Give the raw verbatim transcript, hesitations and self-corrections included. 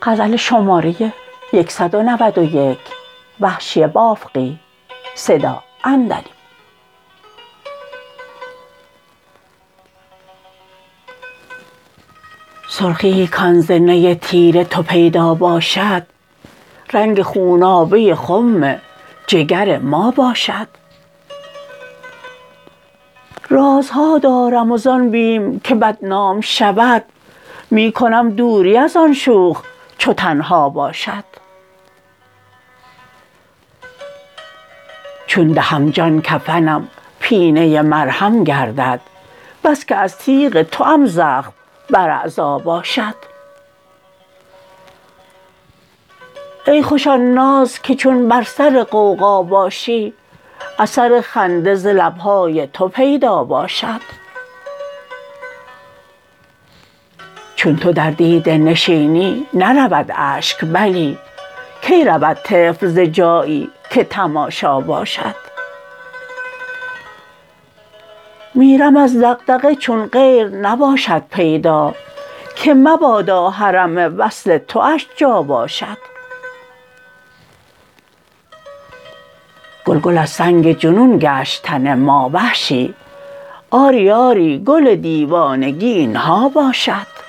غزل شماره صد و نود و یک. وحشی بافقی. صدا عندلیب. سرخی کان ز نی تیر تو پیدا باشد، رنگ خونابه خم جگر ما باشد. رازها دارم و زان بیم که بدنام شود، می کنم دوری از آن شوخ چو تنها باشد. چون دهم جان کفنم پینه مرهم گردد، بس که از تیغ توام زخم بر اعضا باشد. ای خوش آن ناز که چون بر سر غوغا باشی، اثر خنده ز لبهای تو پیدا باشد. چون تو در دیده نشینی نرود اشک، بلی کی رود طفل ز جایی که تماشا باشد. میرم از دغدغه چون غیر نباشد پیدا، که مبادا حرم وصل تواش جا باشد. گل گل از سنگ جنون گشت تن ما وحشی، آری آری گل دیوانگی این ها باشد.